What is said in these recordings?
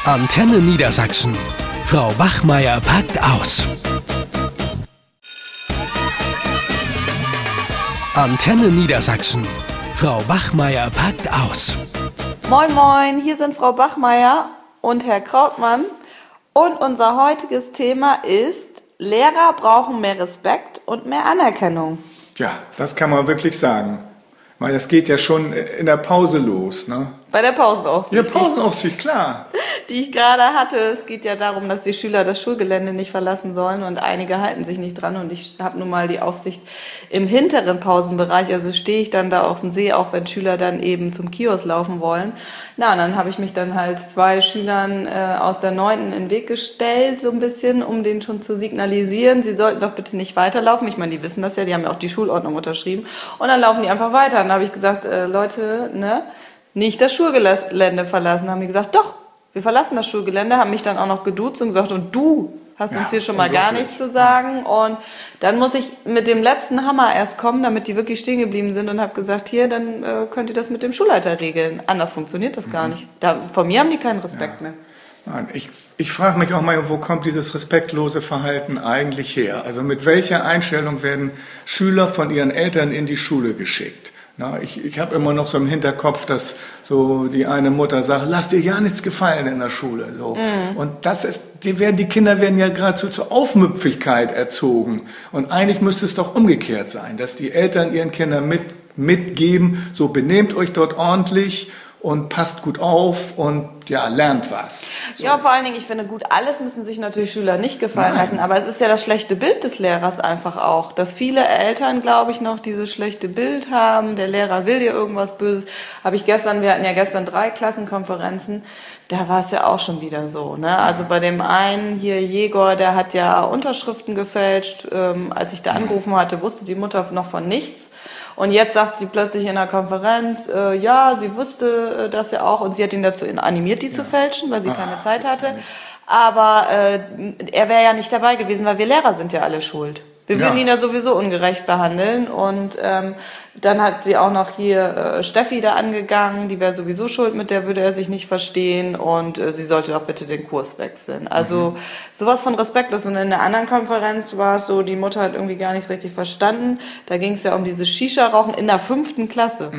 Antenne Niedersachsen. Frau Bachmeier packt aus. Antenne Niedersachsen. Frau Bachmeier packt aus. Moin moin, hier sind Frau Bachmeier und Herr Krautmann. Und unser heutiges Thema ist: Lehrer brauchen mehr Respekt und mehr Anerkennung. Ja, das kann man wirklich sagen. Weil das geht ja schon in der Pause los, ne? Bei der Pausenaufsicht. Ja, Pausenaufsicht, klar. Die ich gerade hatte. Es geht ja darum, dass die Schüler das Schulgelände nicht verlassen sollen und einige halten sich nicht dran. Und ich habe nun mal die Aufsicht im hinteren Pausenbereich. Also stehe ich dann da auch und sehe auch, wenn Schüler dann eben zum Kiosk laufen wollen. Na, und dann habe ich mich dann halt 2 Schülern aus der 9. in den Weg gestellt, so ein bisschen, um denen schon zu signalisieren, sie sollten doch bitte nicht weiterlaufen. Ich meine, die wissen das ja, die haben ja auch die Schulordnung unterschrieben. Und dann laufen die einfach weiter. Dann habe ich gesagt, Leute, ne? Nicht das Schulgelände verlassen. Haben die gesagt, doch, wir verlassen das Schulgelände, haben mich dann auch noch geduzt und gesagt, und du hast uns hier schon mal gar nichts zu sagen. Und dann muss ich mit dem letzten Hammer erst kommen, damit die wirklich stehen geblieben sind, und habe gesagt, hier, dann könnt ihr das mit dem Schulleiter regeln. Anders funktioniert das gar nicht. Von mir haben die keinen Respekt mehr. Nein, ich frage mich auch mal, wo kommt dieses respektlose Verhalten eigentlich her? Also mit welcher Einstellung werden Schüler von ihren Eltern in die Schule geschickt? Na, ich habe immer noch so im Hinterkopf, dass so die eine Mutter sagt, lass dir ja nichts gefallen in der Schule. So. Und das ist, die Kinder werden ja geradezu zur Aufmüpfigkeit erzogen. Und eigentlich müsste es doch umgekehrt sein, dass die Eltern ihren Kindern mitgeben, so benehmt euch dort ordentlich und passt gut auf und ja, lernt was. So. Ja, vor allen Dingen, ich finde gut, alles müssen sich natürlich Schüler nicht gefallen lassen, aber es ist ja das schlechte Bild des Lehrers einfach auch, dass viele Eltern, glaube ich, noch dieses schlechte Bild haben, der Lehrer will dir irgendwas Böses. Wir hatten ja gestern 3 Klassenkonferenzen, da war es ja auch schon wieder so, ne? Also bei dem einen hier, Jegor, der hat ja Unterschriften gefälscht, als ich da angerufen hatte, wusste die Mutter noch von nichts. Und jetzt sagt sie plötzlich in der Konferenz, ja, sie wusste das ja auch, und sie hat ihn dazu animiert, die zu fälschen, weil sie keine Zeit hatte. Aber er wäre ja nicht dabei gewesen, weil wir Lehrer sind ja alle schuld. Wir würden ihn ja sowieso ungerecht behandeln. Und dann hat sie auch noch hier Steffi da angegangen, die wäre sowieso schuld, mit der würde er sich nicht verstehen, und sie sollte doch bitte den Kurs wechseln. Also sowas von respektlos. Und in der anderen Konferenz war es so, die Mutter hat irgendwie gar nicht richtig verstanden. Da ging es ja um dieses Shisha-Rauchen in der 5. Klasse.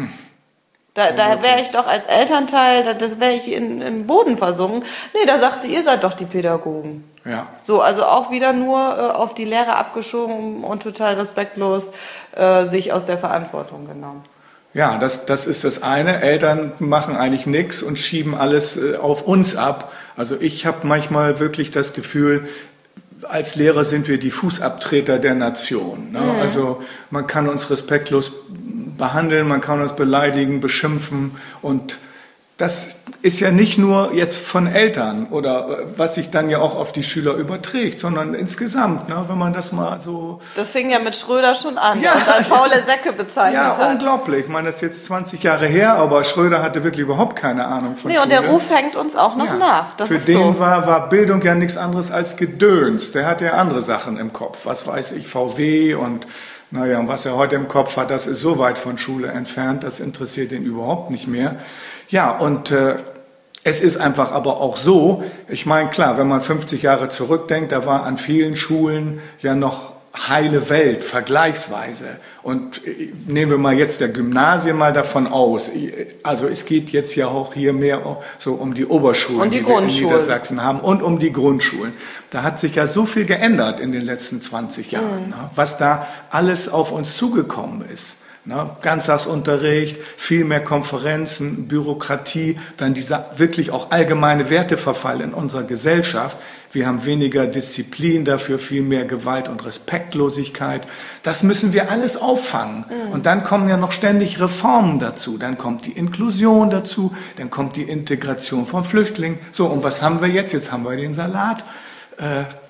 Da wäre ich doch als Elternteil, das wäre ich im Boden versunken. Nee, da sagt sie, ihr seid doch die Pädagogen. Ja. So, also auch wieder nur auf die Lehrer abgeschoben und total respektlos sich aus der Verantwortung genommen. Ja, das ist das eine. Eltern machen eigentlich nichts und schieben alles auf uns ab. Also ich habe manchmal wirklich das Gefühl, als Lehrer sind wir die Fußabtreter der Nation. Ne? Also man kann uns respektlos behandeln, man kann uns beleidigen, beschimpfen, und das ist ja nicht nur jetzt von Eltern oder was sich dann ja auch auf die Schüler überträgt, sondern insgesamt, ne, wenn man das mal so... Das fing ja mit Schröder schon an, der uns als faule Säcke bezeichnet hat. Ja, unglaublich. Ich meine, das ist jetzt 20 Jahre her, aber Schröder hatte wirklich überhaupt keine Ahnung von Schule. Und der Ruf hängt uns auch noch nach. Das für ist den so. war Bildung ja nichts anderes als Gedöns. Der hatte ja andere Sachen im Kopf. Was weiß ich, VW und... Naja, und was er heute im Kopf hat, das ist so weit von Schule entfernt, das interessiert ihn überhaupt nicht mehr. Ja, und es ist einfach aber auch so, ich meine, klar, wenn man 50 Jahre zurückdenkt, da war an vielen Schulen ja noch heile Welt, vergleichsweise. Und nehmen wir mal jetzt der Gymnasien mal davon aus. Also es geht jetzt ja auch hier mehr so um die Oberschulen, und die wir in Niedersachsen haben, und um die Grundschulen. Da hat sich ja so viel geändert in den letzten 20 Jahren, ne, was da alles auf uns zugekommen ist. Ne, Ganztagsunterricht, viel mehr Konferenzen, Bürokratie, dann dieser wirklich auch allgemeine Werteverfall in unserer Gesellschaft. Wir haben weniger Disziplin, dafür viel mehr Gewalt und Respektlosigkeit. Das müssen wir alles auffangen. Und dann kommen ja noch ständig Reformen dazu. Dann kommt die Inklusion dazu, dann kommt die Integration von Flüchtlingen. So, und was haben wir jetzt? Jetzt haben wir den Salat.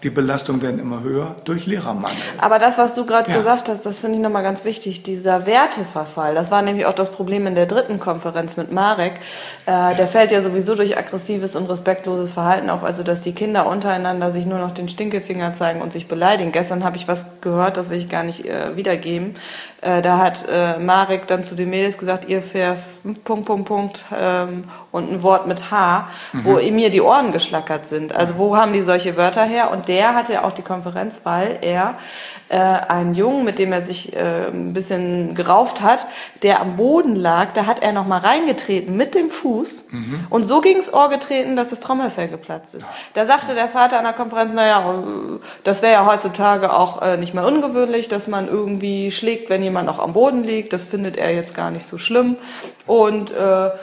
die Belastungen werden immer höher durch Lehrermangel. Aber das, was du gerade gesagt hast, das finde ich nochmal ganz wichtig, dieser Werteverfall, das war nämlich auch das Problem in der 3. Konferenz mit Marek, der fällt ja sowieso durch aggressives und respektloses Verhalten auf, also dass die Kinder untereinander sich nur noch den Stinkefinger zeigen und sich beleidigen. Gestern habe ich was gehört, das will ich gar nicht wiedergeben. Da hat Marek dann zu den Mädels gesagt, ihr für ... und ein Wort mit H, wo mir die Ohren geschlackert sind. Also wo haben die solche Wörter her? Und der hatte ja auch die Konferenz, weil er einen Jungen, mit dem er sich ein bisschen gerauft hat, der am Boden lag, da hat er noch mal reingetreten mit dem Fuß und so gegens Ohr getreten, dass das Trommelfell geplatzt ist. Da sagte der Vater an der Konferenz, naja, das wäre ja heutzutage auch nicht mehr ungewöhnlich, dass man irgendwie schlägt, wenn jemand noch am Boden liegt. Das findet er jetzt gar nicht so schlimm. Und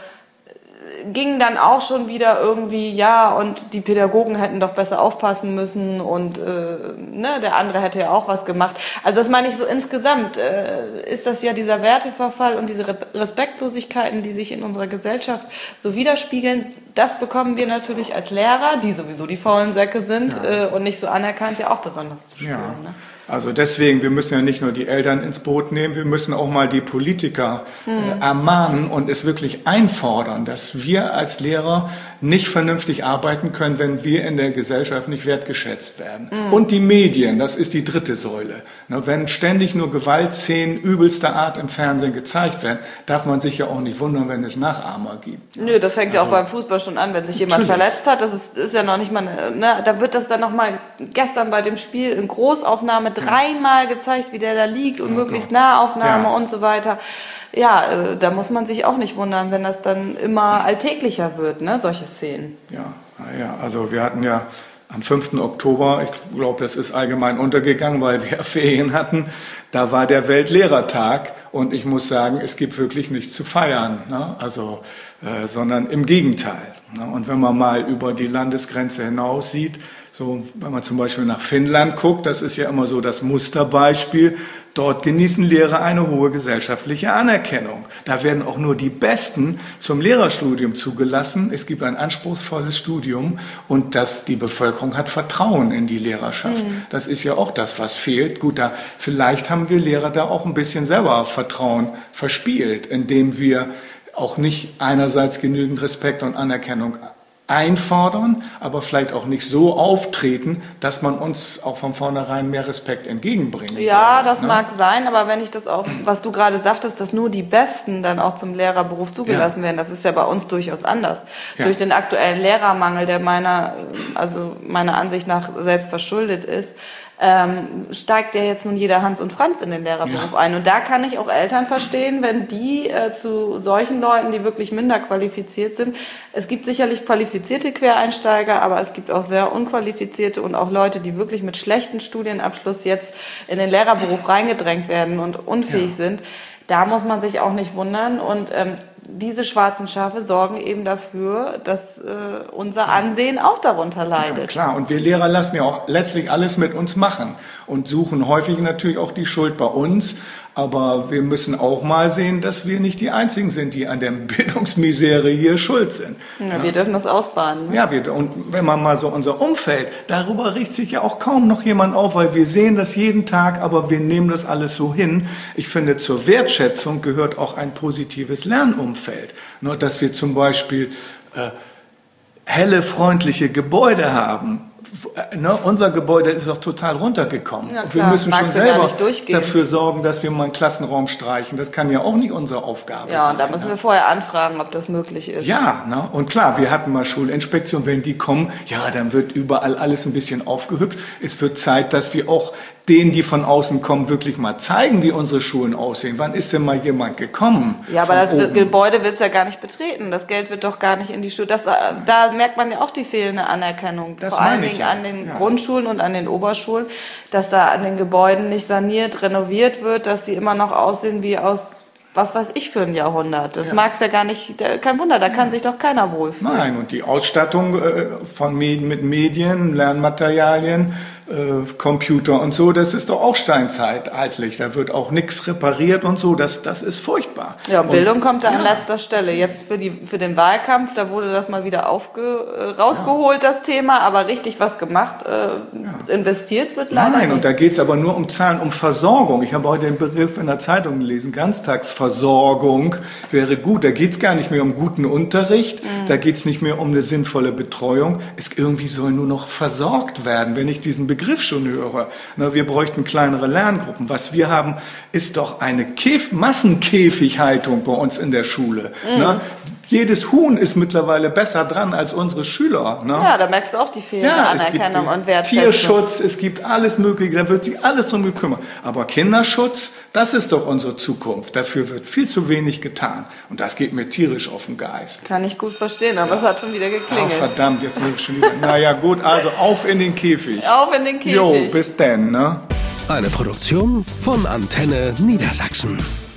ging dann auch schon wieder irgendwie, ja, und die Pädagogen hätten doch besser aufpassen müssen und der andere hätte ja auch was gemacht. Also das meine ich so insgesamt, ist das ja dieser Werteverfall und diese Respektlosigkeiten, die sich in unserer Gesellschaft so widerspiegeln, das bekommen wir natürlich als Lehrer, die sowieso die faulen Säcke sind und nicht so anerkannt, ja auch besonders zu spüren. Ja. Ne? Also deswegen, wir müssen ja nicht nur die Eltern ins Boot nehmen, wir müssen auch mal die Politiker ermahnen und es wirklich einfordern, dass wir als Lehrer nicht vernünftig arbeiten können, wenn wir in der Gesellschaft nicht wertgeschätzt werden. Und die Medien, das ist die 3. Säule. Wenn ständig nur Gewaltszenen übelster Art im Fernsehen gezeigt werden, darf man sich ja auch nicht wundern, wenn es Nachahmer gibt. Nö, das fängt ja auch beim Fußball schon an, wenn sich jemand verletzt hat. Das ist ja noch nicht mal, da wird das dann noch mal gestern bei dem Spiel in Großaufnahme 3-mal gezeigt, wie der da liegt und möglichst Nahaufnahme und so weiter. Ja, da muss man sich auch nicht wundern, wenn das dann immer alltäglicher wird, ne, solche Szenen. Ja, also wir hatten ja am 5. Oktober, ich glaube, das ist allgemein untergegangen, weil wir Ferien hatten, da war der Weltlehrertag und ich muss sagen, es gibt wirklich nichts zu feiern, ne? Also, sondern im Gegenteil. Ne? Und wenn man mal über die Landesgrenze hinaus sieht, so, wenn man zum Beispiel nach Finnland guckt, das ist ja immer so das Musterbeispiel, dort genießen Lehrer eine hohe gesellschaftliche Anerkennung. Da werden auch nur die Besten zum Lehrerstudium zugelassen. Es gibt ein anspruchsvolles Studium und die Bevölkerung hat Vertrauen in die Lehrerschaft. Das ist ja auch das, was fehlt. Gut, vielleicht haben wir Lehrer da auch ein bisschen selber Vertrauen verspielt, indem wir auch nicht einerseits genügend Respekt und Anerkennung einfordern, aber vielleicht auch nicht so auftreten, dass man uns auch von vornherein mehr Respekt entgegenbringt. Ja, das mag sein, aber wenn ich das auch, was du gerade sagtest, dass nur die Besten dann auch zum Lehrerberuf zugelassen werden, das ist ja bei uns durchaus anders. Ja. Durch den aktuellen Lehrermangel, der meiner Ansicht nach selbst verschuldet ist, steigt ja jetzt nun jeder Hans und Franz in den Lehrerberuf ein. Und da kann ich auch Eltern verstehen, wenn die zu solchen Leuten, die wirklich minder qualifiziert sind, es gibt sicherlich qualifizierte Quereinsteiger, aber es gibt auch sehr unqualifizierte und auch Leute, die wirklich mit schlechtem Studienabschluss jetzt in den Lehrerberuf reingedrängt werden und unfähig sind. Da muss man sich auch nicht wundern und diese schwarzen Schafe sorgen eben dafür, dass unser Ansehen auch darunter leidet. Ja, klar, und wir Lehrer lassen ja auch letztlich alles mit uns machen und suchen häufig natürlich auch die Schuld bei uns. Aber wir müssen auch mal sehen, dass wir nicht die Einzigen sind, die an der Bildungsmisere hier schuld sind. Ja, wir dürfen das ausbaden. Ne? Ja, und wenn man mal so unser Umfeld, darüber riecht sich ja auch kaum noch jemand auf, weil wir sehen das jeden Tag, aber wir nehmen das alles so hin. Ich finde, zur Wertschätzung gehört auch ein positives Lernumfeld. Nur, dass wir zum Beispiel helle, freundliche Gebäude haben. Unser Gebäude ist doch total runtergekommen. Ja, klar. Wir müssen schon selber dafür sorgen, dass wir mal einen Klassenraum streichen. Das kann ja auch nicht unsere Aufgabe sein. Ja, und da müssen wir vorher anfragen, ob das möglich ist. Ja, und klar, wir hatten mal Schulinspektion. Wenn die kommen, dann wird überall alles ein bisschen aufgehübscht. Es wird Zeit, dass wir auch denen, die von außen kommen, wirklich mal zeigen, wie unsere Schulen aussehen. Wann ist denn mal jemand gekommen? Ja, aber das Gebäude wird es ja gar nicht betreten. Das Geld wird doch gar nicht in die Schule. Da merkt man ja auch die fehlende Anerkennung. Vor allen Dingen an den Grundschulen und an den Oberschulen, dass da an den Gebäuden nicht saniert, renoviert wird, dass sie immer noch aussehen wie aus was weiß ich für ein Jahrhundert. Das mag es ja gar nicht, kein Wunder, da kann sich doch keiner wohlfühlen. Nein, und die Ausstattung mit Medien, Lernmaterialien, Computer und so, das ist doch auch steinzeitlich. Da wird auch nichts repariert und so, das ist furchtbar. Ja, und Bildung kommt da an letzter Stelle. Jetzt für den Wahlkampf, da wurde das mal wieder rausgeholt, das Thema, aber richtig was gemacht, investiert wird leider nicht. Nein, und da geht es aber nur um Zahlen, um Versorgung. Ich habe heute den Begriff in der Zeitung gelesen, Ganztagsversorgung wäre gut. Da geht es gar nicht mehr um guten Unterricht, da geht es nicht mehr um eine sinnvolle Betreuung. Es irgendwie soll nur noch versorgt werden, wenn ich diesen Begriff schon höre. Na, wir bräuchten kleinere Lerngruppen. Was wir haben, ist doch eine Massenkäfighaltung bei uns in der Schule. Na, jedes Huhn ist mittlerweile besser dran als unsere Schüler. Ne? Ja, da merkst du auch die fehlende Anerkennung und Wertschätzung. Tierschutz, es gibt alles Mögliche, da wird sich alles drum gekümmert. Aber Kinderschutz, das ist doch unsere Zukunft. Dafür wird viel zu wenig getan. Und das geht mir tierisch auf den Geist. Kann ich gut verstehen, aber es hat schon wieder geklingelt. Oh, verdammt, jetzt muss ich schon wieder. Naja, gut, also auf in den Käfig. Auf in den Käfig. Jo, bis denn, ne? Eine Produktion von Antenne Niedersachsen.